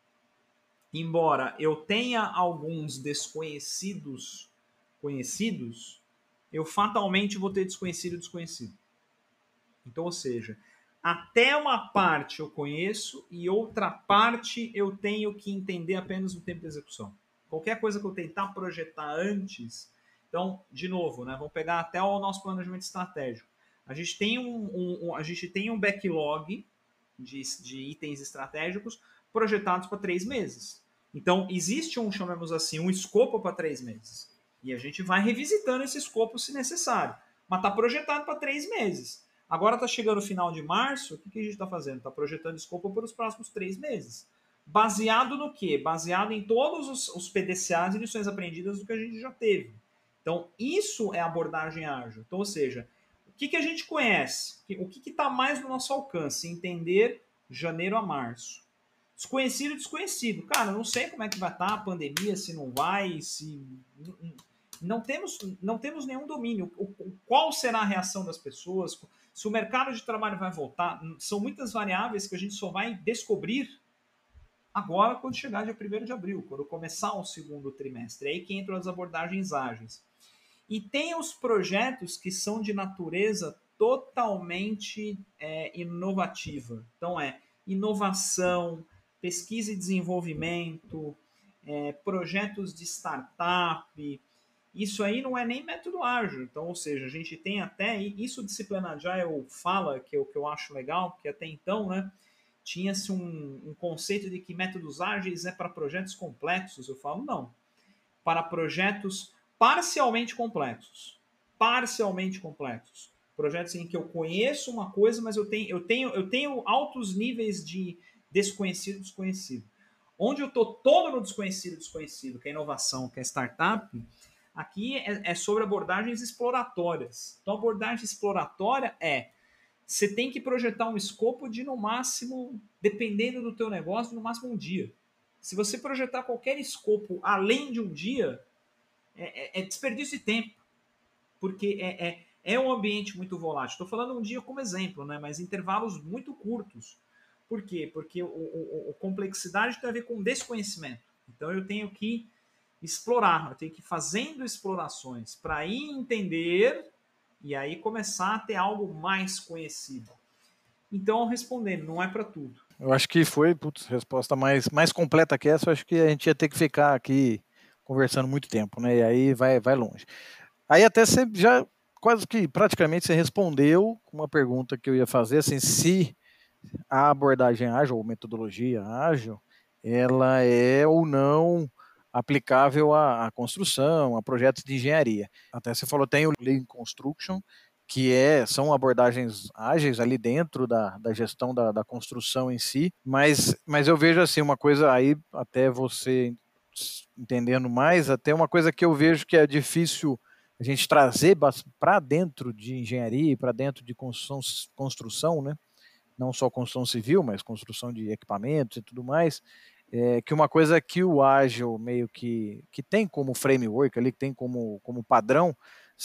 [SPEAKER 2] embora eu tenha alguns desconhecidos conhecidos, eu fatalmente vou ter desconhecido desconhecido. Então, ou seja, até uma parte eu conheço e outra parte eu tenho que entender apenas no tempo de execução. Qualquer coisa que eu tentar projetar antes, então, de novo, né, vamos pegar até o nosso planejamento estratégico. A gente tem um, um, a gente tem um backlog de, de itens estratégicos projetados para três meses. Então, existe um, chamemos assim, um escopo para três meses. E a gente vai revisitando esse escopo se necessário. Mas está projetado para três meses. Agora está chegando o final de março, o que, que a gente está fazendo? Está projetando escopo para os próximos três meses. Baseado no quê? Baseado em todos os, os P D C As e lições aprendidas do que a gente já teve. Então, isso é abordagem ágil. Então, ou seja, o que, que a gente conhece? O que está mais no nosso alcance? Entender janeiro a março. Desconhecido, desconhecido. Cara, não sei como é que vai estar a pandemia, se não vai, se... Não temos, não temos nenhum domínio. O, qual será a reação das pessoas? Se o mercado de trabalho vai voltar? São muitas variáveis que a gente só vai descobrir agora quando chegar dia primeiro de abril, quando começar o segundo trimestre. É aí que entram as abordagens ágeis. E tem os projetos que são de natureza totalmente é, inovativa. Então, é inovação, pesquisa e desenvolvimento, é, projetos de startup. Isso aí não é nem método ágil. Então, ou seja, a gente tem até isso, disciplina Agile fala, que eu, que eu acho legal, que até então, né, tinha-se um, um conceito de que métodos ágeis é para projetos complexos. Eu falo, não. Para projetos parcialmente complexos. Parcialmente complexos. Projetos em que eu conheço uma coisa, mas eu tenho, eu tenho, eu tenho altos níveis de desconhecido desconhecido. Onde eu estou todo no desconhecido desconhecido, que é inovação, que é startup, aqui é, é sobre abordagens exploratórias. Então, a abordagem exploratória é você tem que projetar um escopo de, no máximo, dependendo do teu negócio, no máximo um dia. Se você projetar qualquer escopo além de um dia, é, é, é desperdício de tempo. Porque é, é, é um ambiente muito volátil. Estou falando um dia como exemplo, né? Mas intervalos muito curtos. Por quê? Porque o, o, a complexidade tem a ver com desconhecimento. Então eu tenho que explorar, eu tenho que ir fazendo explorações para ir entender e aí começar a ter algo mais conhecido. Então, respondendo, não é para tudo.
[SPEAKER 1] Eu acho que foi, putz, resposta mais, mais completa que essa, eu acho que a gente ia ter que ficar aqui conversando muito tempo, né? E aí vai, vai longe. Aí até você já quase que praticamente você respondeu uma pergunta que eu ia fazer, assim, se a abordagem ágil ou metodologia ágil, ela é ou não aplicável à, à construção, a projetos de engenharia. Até você falou, tem o Lean Construction, que é, são abordagens ágeis ali dentro da, da gestão da, da construção em si, mas, mas eu vejo assim, uma coisa aí, até você entendendo mais, até uma coisa que eu vejo que é difícil a gente trazer para dentro de engenharia, para dentro de construção, construção, né? Não só construção civil, mas construção de equipamentos e tudo mais, é, que uma coisa que o Ágil meio que, que tem como framework ali, que tem como, como padrão,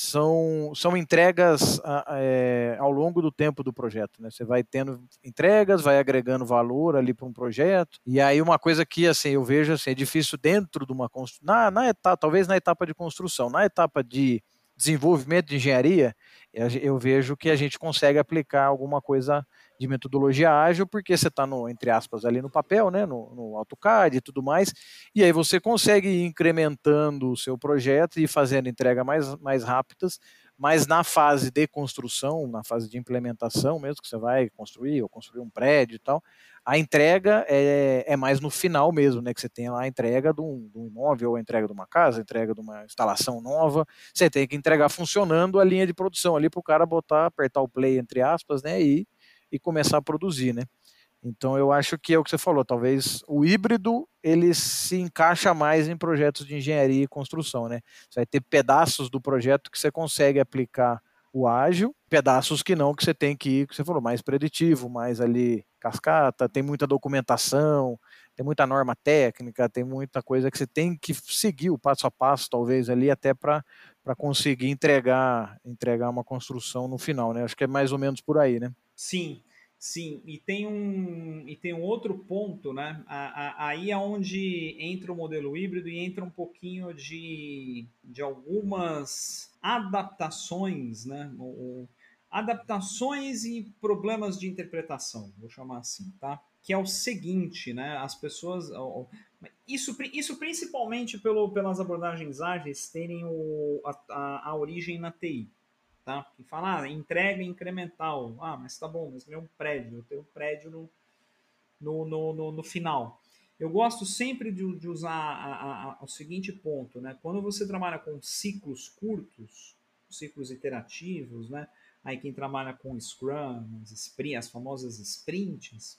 [SPEAKER 1] são, são entregas é, ao longo do tempo do projeto, né? Você vai tendo entregas, vai agregando valor ali para um projeto, e aí uma coisa que assim, eu vejo assim, é difícil dentro de uma construção, na, na etapa, talvez na etapa de construção, na etapa de desenvolvimento de engenharia, eu vejo que a gente consegue aplicar alguma coisa de metodologia ágil, porque você está, entre aspas, ali no papel, né, no, no AutoCAD e tudo mais, e aí você consegue ir incrementando o seu projeto e fazendo entrega mais, mais rápidas, mas na fase de construção, na fase de implementação mesmo, que você vai construir ou construir um prédio e tal, a entrega é, é mais no final mesmo, né, que você tem lá a entrega de um, de um imóvel, ou a entrega de uma casa, a entrega de uma instalação nova, você tem que entregar funcionando a linha de produção ali para o cara botar, apertar o play, entre aspas, né, e e começar a produzir, né? Então eu acho que é o que você falou, talvez o híbrido ele se encaixa mais em projetos de engenharia e construção, né? Você vai ter pedaços do projeto que você consegue aplicar o ágil, pedaços que não, que você tem que ir, que você falou, mais preditivo, mais ali cascata, tem muita documentação, tem muita norma técnica, tem muita coisa que você tem que seguir o passo a passo, talvez ali até para para conseguir entregar entregar uma construção no final, né? Acho que é mais ou menos por aí, né?
[SPEAKER 2] Sim, sim. E tem um, e tem um outro ponto, né? A, a, aí é onde entra o modelo híbrido e entra um pouquinho de, de algumas adaptações, né? O, o, adaptações e problemas de interpretação, vou chamar assim, tá? Que é o seguinte, né? As pessoas. Isso, isso principalmente pelo, pelas abordagens ágeis terem o, a, a, a origem na T I. Tá? E fala, ah, entrega incremental. Ah, mas tá bom, mas é um prédio, eu tenho um prédio no, no, no, no, no final. Eu gosto sempre de, de usar a, a, a, o seguinte ponto, né? Quando você trabalha com ciclos curtos, ciclos iterativos, né? Aí quem trabalha com Scrum, as, sprint, as famosas sprints,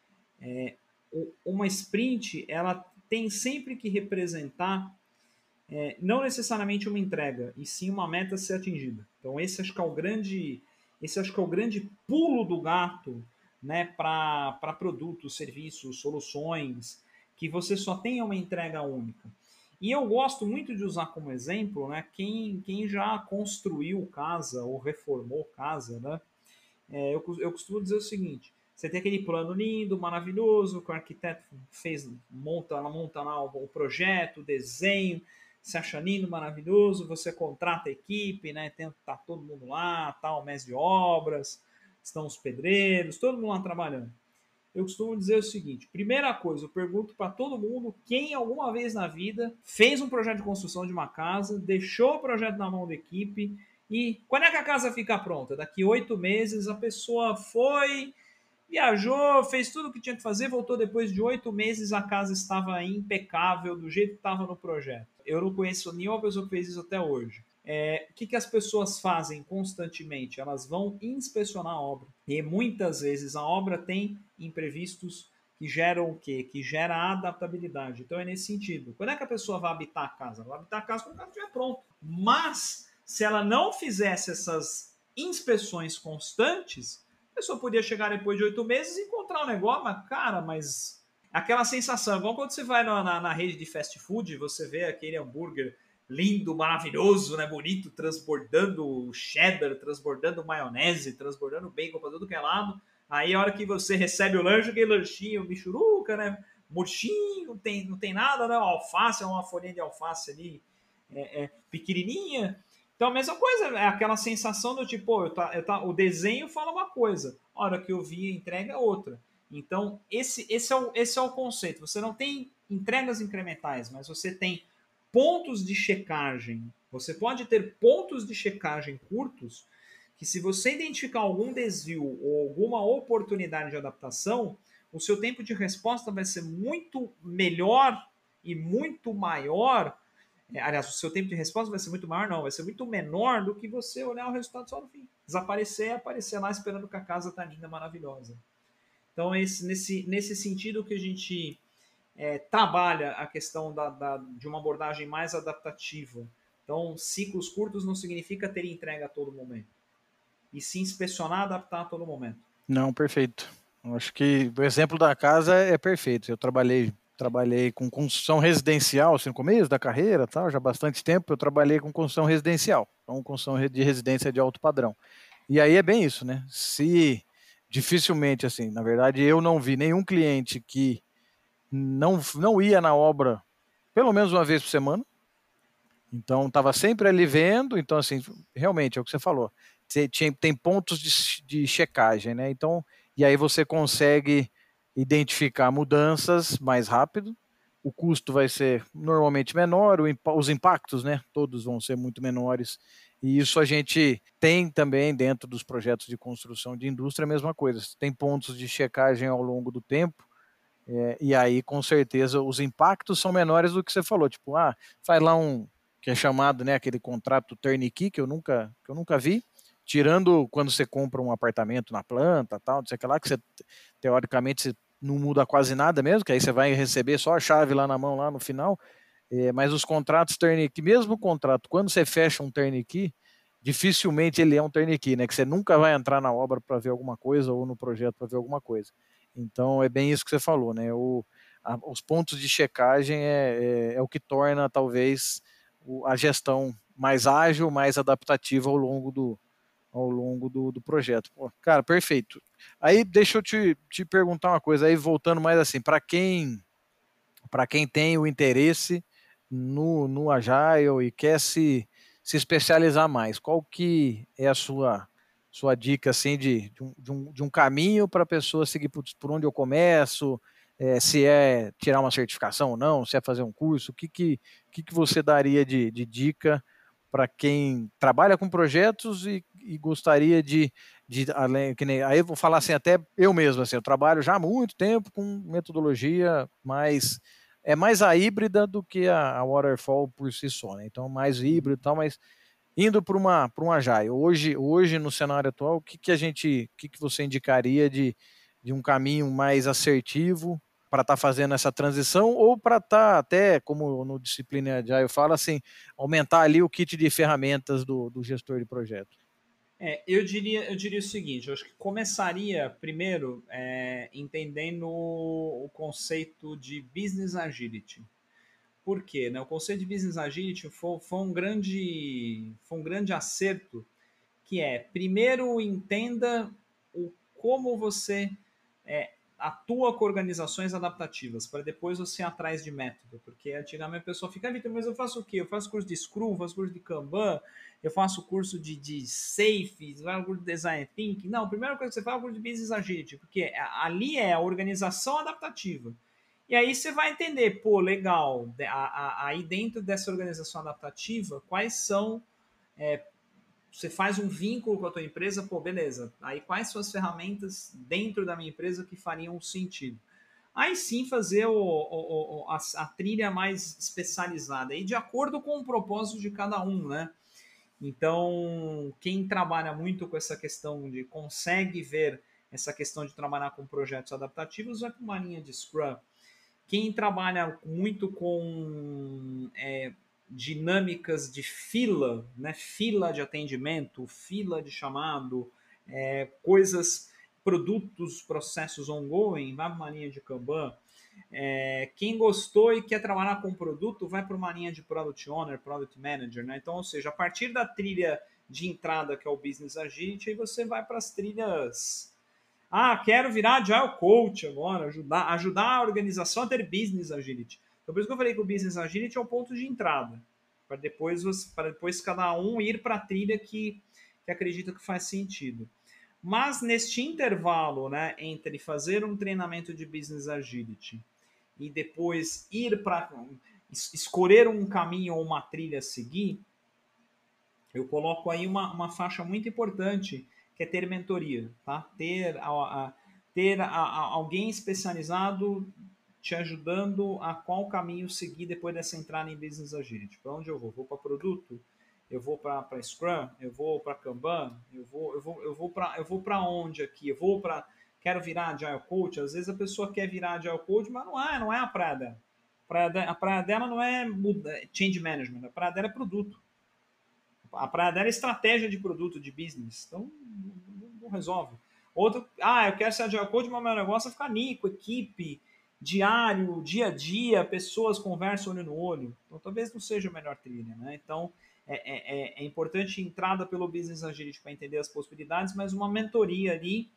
[SPEAKER 2] é, uma sprint ela tem sempre que representar é, não necessariamente uma entrega, e sim uma meta a ser atingida. Então esse acho que é o grande, esse acho que é o grande pulo do gato, né, para produtos, serviços, soluções, que você só tenha uma entrega única. E eu gosto muito de usar como exemplo, né, quem, quem já construiu casa ou reformou casa, né? É, eu, eu costumo dizer o seguinte: você tem aquele plano lindo, maravilhoso, que o arquiteto fez, monta, monta lá o, o projeto, o desenho, se acha lindo, maravilhoso, você contrata a equipe, né? Tem, tá todo mundo lá, tá o mestre de obras, estão os pedreiros, todo mundo lá trabalhando. Eu costumo dizer o seguinte: primeira coisa, eu pergunto para todo mundo quem alguma vez na vida fez um projeto de construção de uma casa, deixou o projeto na mão da equipe e quando é que a casa fica pronta? Daqui oito meses a pessoa foi, viajou, fez tudo o que tinha que fazer, voltou depois de oito meses, a casa estava impecável, do jeito que estava no projeto. Eu não conheço nenhuma pessoa que fez isso até hoje. É, o que, que as pessoas fazem constantemente? Elas vão inspecionar a obra. E muitas vezes a obra tem imprevistos que geram o quê? Que gera adaptabilidade. Então é nesse sentido. Quando é que a pessoa vai habitar a casa? Ela vai habitar a casa quando ela estiver pronto. Mas, se ela não fizesse essas inspeções constantes, a pessoa podia chegar depois de oito meses e encontrar um negócio, mas, cara, mas aquela sensação, igual quando você vai na, na, na rede de fast food, você vê aquele hambúrguer lindo, maravilhoso, né, bonito, transbordando cheddar, transbordando maionese, transbordando bacon para tudo que é lado. Aí a hora que você recebe o lanche, aquele lanchinho michuruca, né, murchinho, não tem, não tem nada, né, alface, é uma folhinha de alface ali, é, é, pequenininha. Então a mesma coisa, é aquela sensação do tipo, eu tá, eu tá, o desenho fala uma coisa, a hora que eu vi a entrega é outra. Então, esse, esse, é o, esse é o conceito. Você não tem entregas incrementais, mas você tem pontos de checagem. Você pode ter pontos de checagem curtos que, se você identificar algum desvio ou alguma oportunidade de adaptação, o seu tempo de resposta vai ser muito melhor e muito maior. Aliás, o seu tempo de resposta vai ser muito maior, não, vai ser muito menor do que você olhar o resultado só no fim. Desaparecer e aparecer lá esperando que a casa tá linda, maravilhosa. Então, esse, nesse, nesse sentido que a gente é, trabalha a questão da, da, de uma abordagem mais adaptativa. Então, ciclos curtos não significa ter entrega a todo momento, e sim inspecionar, adaptar a todo momento.
[SPEAKER 1] Não, perfeito. Eu acho que o exemplo da casa é perfeito. Eu trabalhei trabalhei com construção residencial, assim, no começo da carreira, tal, já há bastante tempo eu trabalhei com construção residencial, então construção de residência de alto padrão. E aí é bem isso, né? Se dificilmente, assim, na verdade, eu não vi nenhum cliente que não, não ia na obra pelo menos uma vez por semana, então estava sempre ali vendo, então assim, realmente é o que você falou, tem, tem pontos de, de checagem, né? Então, e aí você consegue identificar mudanças mais rápido, o custo vai ser normalmente menor, o, os impactos, né? Todos vão ser muito menores. E isso a gente tem também dentro dos projetos de construção de indústria a mesma coisa. Tem pontos de checagem ao longo do tempo, é, e aí com certeza os impactos são menores do que você falou. Tipo, ah, faz lá um que é chamado, né, aquele contrato turnkey que eu nunca, que eu nunca vi, tirando quando você compra um apartamento na planta, tal, não sei o que lá, que você teoricamente você não muda quase nada mesmo, que aí você vai receber só a chave lá na mão lá no final. É, mas os contratos turnkey, mesmo o contrato, quando você fecha um turnkey, dificilmente ele é um turnkey, né? Que você nunca vai entrar na obra para ver alguma coisa ou no projeto para ver alguma coisa. Então é bem isso que você falou, né? O, a, os pontos de checagem é, é, é o que torna talvez o, a gestão mais ágil, mais adaptativa ao longo do, ao longo do, do projeto. Pô, cara, perfeito. Aí deixa eu te, te perguntar uma coisa, aí voltando mais assim, para quem para quem tem o interesse no, no Agile e quer se, se especializar mais, qual que é a sua, sua dica assim, de, de, um, de, um, de um caminho para a pessoa seguir por, por onde eu começo, é, se é tirar uma certificação ou não, se é fazer um curso, o que, que, que, que você daria de, de dica para quem trabalha com projetos e, e gostaria de, de além, que nem, aí eu vou falar assim, até eu mesmo, assim, eu trabalho já há muito tempo com metodologia mais, é mais a híbrida do que a, a waterfall por si só, né? Então mais híbrido e tal, mas indo para uma, para um Agile, hoje, hoje no cenário atual, o que, que a gente, o que, que você indicaria de, de um caminho mais assertivo para estar tá fazendo essa transição ou para estar tá até, como no Disciplina Agile fala, assim, aumentar ali o kit de ferramentas do, do gestor de projeto?
[SPEAKER 2] É, eu diria, eu diria o seguinte, eu acho que começaria primeiro é, entendendo o conceito de Business Agility. Por quê? Né? O conceito de Business Agility foi, foi, um grande, foi um grande acerto, que é, primeiro entenda o, como você é, atua com organizações adaptativas, para depois você ir atrás de método. Porque antigamente a pessoa fica, Vitor, mas eu faço o quê? Eu faço curso de Scrum, faço curso de Kanban, eu faço curso de, de Safe, eu faço curso de Design Thinking. Não, a primeira coisa que você faz é o curso de Business Agility, porque ali é a organização adaptativa. E aí você vai entender, pô, legal, aí dentro dessa organização adaptativa, quais são é, você faz um vínculo com a tua empresa, pô, beleza. Aí quais são as ferramentas dentro da minha empresa que fariam sentido? Aí sim fazer o, o, o, a, a trilha mais especializada, e de acordo com o propósito de cada um, né? Então, quem trabalha muito com essa questão de consegue ver essa questão de trabalhar com projetos adaptativos vai para uma linha de Scrum. Quem trabalha muito com é, dinâmicas de fila, né? Fila de atendimento, fila de chamado, é, coisas, produtos, processos ongoing, vai para uma linha de Kanban. É, quem gostou e quer trabalhar com produto, vai para uma linha de Product Owner, Product Manager. Né? Então, ou seja, a partir da trilha de entrada, que é o Business Agility, aí você vai para as trilhas. Ah, quero virar Agile Coach agora, ajudar, ajudar a organização a ter Business Agility. Então, por isso que eu falei que o Business Agility é o ponto de entrada, para depois, para depois cada um ir para a trilha que, que acredita que faz sentido. Mas neste intervalo, né, entre fazer um treinamento de Business Agility e depois ir para escolher um caminho ou uma trilha a seguir, eu coloco aí uma, uma faixa muito importante, que é ter mentoria, tá? Ter, a, a, ter a, a, alguém especializado te ajudando a qual caminho seguir depois dessa entrada em Business Agility. Para onde eu vou? Vou para produto? Eu vou para Scrum? Eu vou para Kanban? Eu vou, eu vou, eu vou para eu vou para onde aqui? Eu vou para quero virar Agile Coach? Às vezes a pessoa quer virar Agile Coach, mas não é, não é a praia dela. A praia dela não é change management, a praia dela é produto. A praia dela é estratégia de produto, de business. Então, não resolve. Outro, ah, eu quero ser Agile Coach, mas meu negócio é ficar nico, equipe, diário, dia a dia, pessoas conversam olho no olho. Então, talvez não seja a melhor trilha, né? Então, é, é, é importante entrada pelo Business Agility para entender as possibilidades, mas uma mentoria ali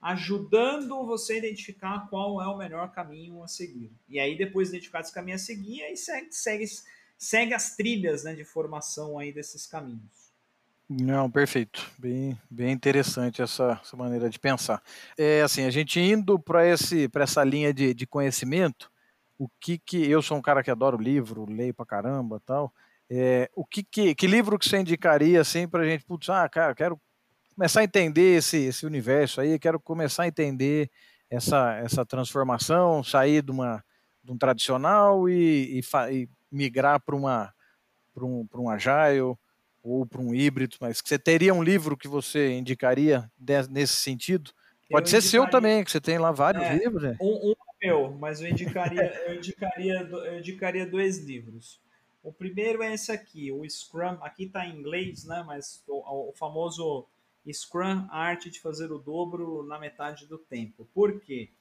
[SPEAKER 2] ajudando você a identificar qual é o melhor caminho a seguir. E aí, depois de identificar esse caminho a seguir, aí segue, segue, segue as trilhas, né, de formação aí desses caminhos.
[SPEAKER 1] Não, perfeito. Bem, bem interessante essa, essa maneira de pensar. É assim, a gente indo para essa linha de, de conhecimento, o que que eu sou um cara que adoro livro, leio pra caramba, tal. É, o que que, que livro que você indicaria assim para a gente, putz, ah, cara, quero começar a entender esse, esse universo aí, quero começar a entender essa, essa transformação, sair de, uma, de um tradicional e, e, e migrar para uma para um, para um agile ou para um híbrido, mas que você teria um livro que você indicaria nesse sentido? Pode
[SPEAKER 2] Eu
[SPEAKER 1] ser seu
[SPEAKER 2] indicaria,
[SPEAKER 1] também, que você tem lá vários
[SPEAKER 2] é,
[SPEAKER 1] livros. Né?
[SPEAKER 2] um, um é meu, mas eu indicaria, eu indicaria, eu indicaria dois livros. O primeiro é esse aqui, o Scrum. Aqui está em inglês, né? Mas o, o famoso Scrum, a arte de fazer o dobro na metade do tempo. Por quê?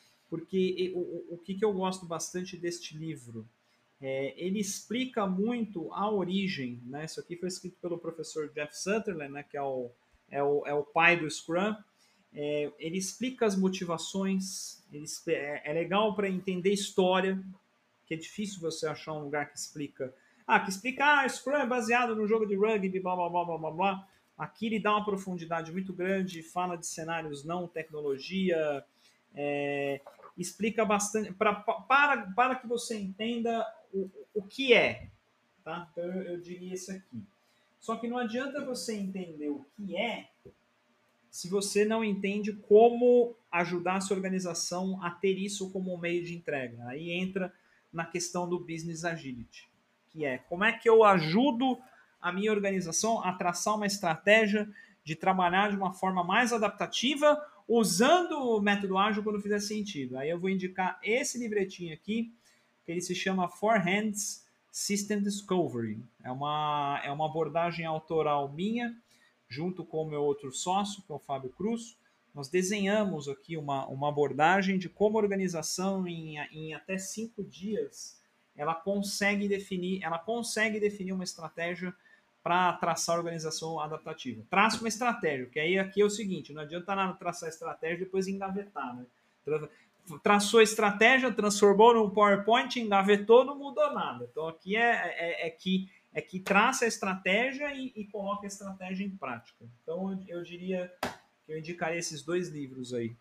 [SPEAKER 2] Porque o, o que, que eu gosto bastante deste livro? É, ele explica muito a origem, né? Isso aqui foi escrito pelo professor Jeff Sutherland, né? Que é o, é o, é o pai do Scrum. É, ele explica as motivações, ele, é, é legal para entender história, que é difícil você achar um lugar que explica. Ah, que explica, ah, Scrum é baseado no jogo de rugby, blá blá blá blá blá blá. Aqui ele dá uma profundidade muito grande, fala de cenários não tecnologia, é, explica bastante, pra, para, para que você entenda o, o que é. Tá? Então eu, eu diria isso aqui. Só que não adianta você entender o que é se você não entende como ajudar a sua organização a ter isso como um meio de entrega. Aí entra na questão do Business Agility, que é como é que eu ajudo a minha organização a traçar uma estratégia de trabalhar de uma forma mais adaptativa, usando o método ágil quando fizer sentido. Aí eu vou indicar esse livretinho aqui, que ele se chama Four Hands System Discovery. É uma, é uma abordagem autoral minha, junto com o meu outro sócio, que é o Fábio Cruz. Nós desenhamos aqui uma, uma abordagem de como a organização, em, em até cinco dias, ela consegue definir, ela consegue definir uma estratégia para traçar a organização adaptativa. Traça uma estratégia, que aí aqui é o seguinte, não adianta nada traçar a estratégia e depois engavetar, né? Traçou a estratégia, transformou num PowerPoint, engavetou, não mudou nada. Então aqui é, é, é que é que traça a estratégia e, e coloca a estratégia em prática. Então eu, eu diria que eu indicaria esses dois livros aí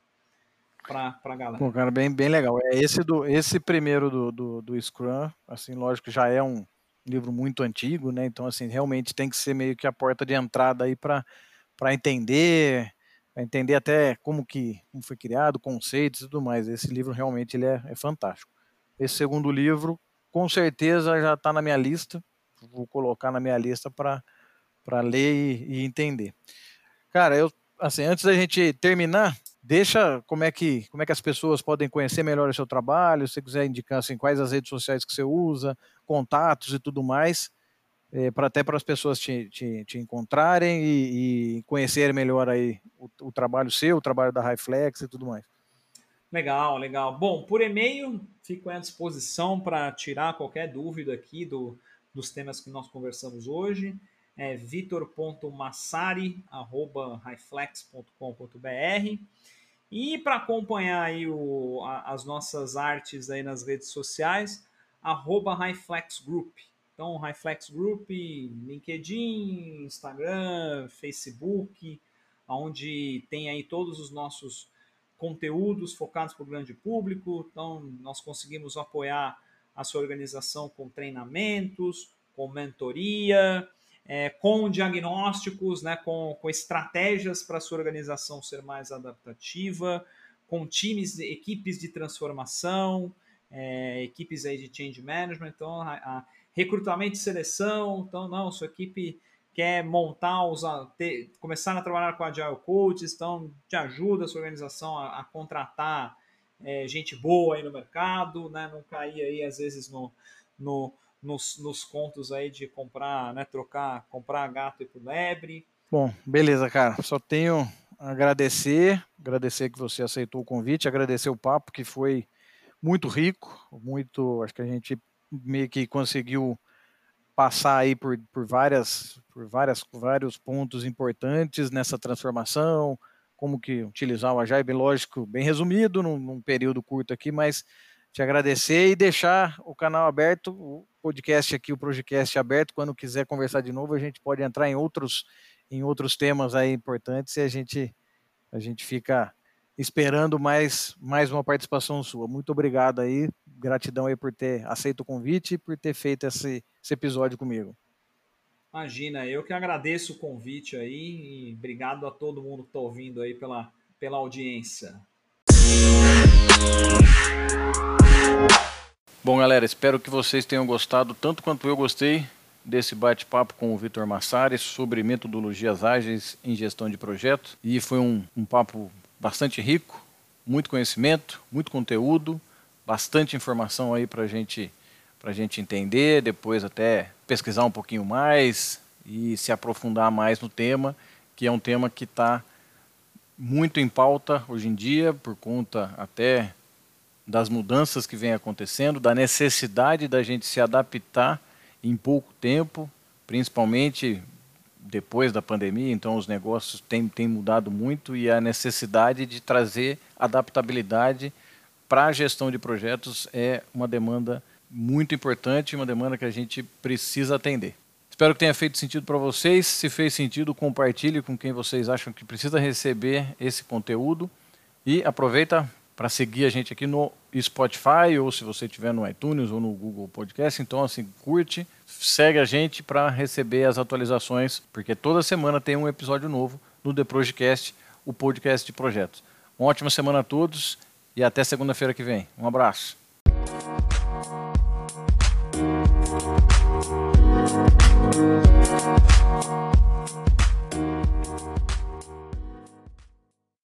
[SPEAKER 2] para a galera.
[SPEAKER 1] Pô, cara, bem, bem legal. É esse, do, esse primeiro do, do, do Scrum, assim, lógico que já é um livro muito antigo, né? Então, assim, realmente tem que ser meio que a porta de entrada aí para entender, para entender até como que como foi criado, conceitos e tudo mais. Esse livro realmente ele é, é fantástico. Esse segundo livro, com certeza, já está na minha lista. Vou colocar na minha lista para ler e, e entender. Cara, eu, assim, antes da gente terminar, deixa como é que, como é que as pessoas podem conhecer melhor o seu trabalho, se você quiser indicar assim, quais as redes sociais que você usa, contatos e tudo mais, é, para até para as pessoas te, te, te encontrarem e, e conhecerem melhor aí o, o trabalho seu, o trabalho da HighFlex e tudo mais.
[SPEAKER 2] Legal, legal. Bom, por e-mail, fico à disposição para tirar qualquer dúvida aqui do, dos temas que nós conversamos hoje. É vitor ponto massari arroba highflex ponto com ponto b r. E para acompanhar aí o, a, as nossas artes aí nas redes sociais, arroba Highflex Group. Então, Highflex Group, LinkedIn, Instagram, Facebook, onde tem aí todos os nossos conteúdos focados para o grande público. Então, nós conseguimos apoiar a sua organização com treinamentos, com mentoria, é, com diagnósticos, né, com, com estratégias para a sua organização ser mais adaptativa, com times, equipes de transformação, é, equipes aí de change management, então a, a recrutamento e seleção. Então, não, sua equipe quer montar, os, ter, começar a trabalhar com Agile Coaches, então te ajuda a sua organização a, a contratar é, gente boa aí no mercado, né, não cair aí às vezes no, no, nos, nos contos aí de comprar, né, trocar, comprar gato e por lebre.
[SPEAKER 1] Bom, beleza, cara, só tenho a agradecer, agradecer que você aceitou o convite, agradecer o papo que foi muito rico, muito, acho que a gente meio que conseguiu passar aí por, por, várias, por várias, vários pontos importantes nessa transformação, como que utilizar o Agile, bem lógico, bem resumido, num, num período curto aqui, mas te agradecer e deixar o canal aberto, o podcast aqui, o Projecast aberto, quando quiser conversar de novo, a gente pode entrar em outros, em outros temas aí importantes e a gente, a gente fica esperando mais, mais uma participação sua. Muito obrigado aí, gratidão aí por ter aceito o convite e por ter feito esse, esse episódio comigo.
[SPEAKER 2] Imagina, eu que agradeço o convite aí e obrigado a todo mundo que está ouvindo aí pela, pela audiência.
[SPEAKER 1] Bom, galera, espero que vocês tenham gostado tanto quanto eu gostei desse bate-papo com o Vitor Massari sobre metodologias ágeis em gestão de projetos. E foi um, um papo bastante rico, muito conhecimento, muito conteúdo, bastante informação aí para gente, a gente entender, depois até pesquisar um pouquinho mais e se aprofundar mais no tema, que é um tema que está muito em pauta hoje em dia, por conta até das mudanças que vem acontecendo, da necessidade da gente se adaptar em pouco tempo, principalmente depois da pandemia. Então os negócios têm, têm mudado muito e a necessidade de trazer adaptabilidade para a gestão de projetos é uma demanda muito importante, uma demanda que a gente precisa atender. Espero que tenha feito sentido para vocês. Se fez sentido, compartilhe com quem vocês acham que precisa receber esse conteúdo e aproveita para seguir a gente aqui no Spotify, ou se você estiver no iTunes ou no Google Podcast. Então, assim, curte, segue a gente para receber as atualizações, porque toda semana tem um episódio novo no The Projecast, o podcast de projetos. Uma ótima semana a todos e até segunda-feira que vem. Um abraço. Thank you.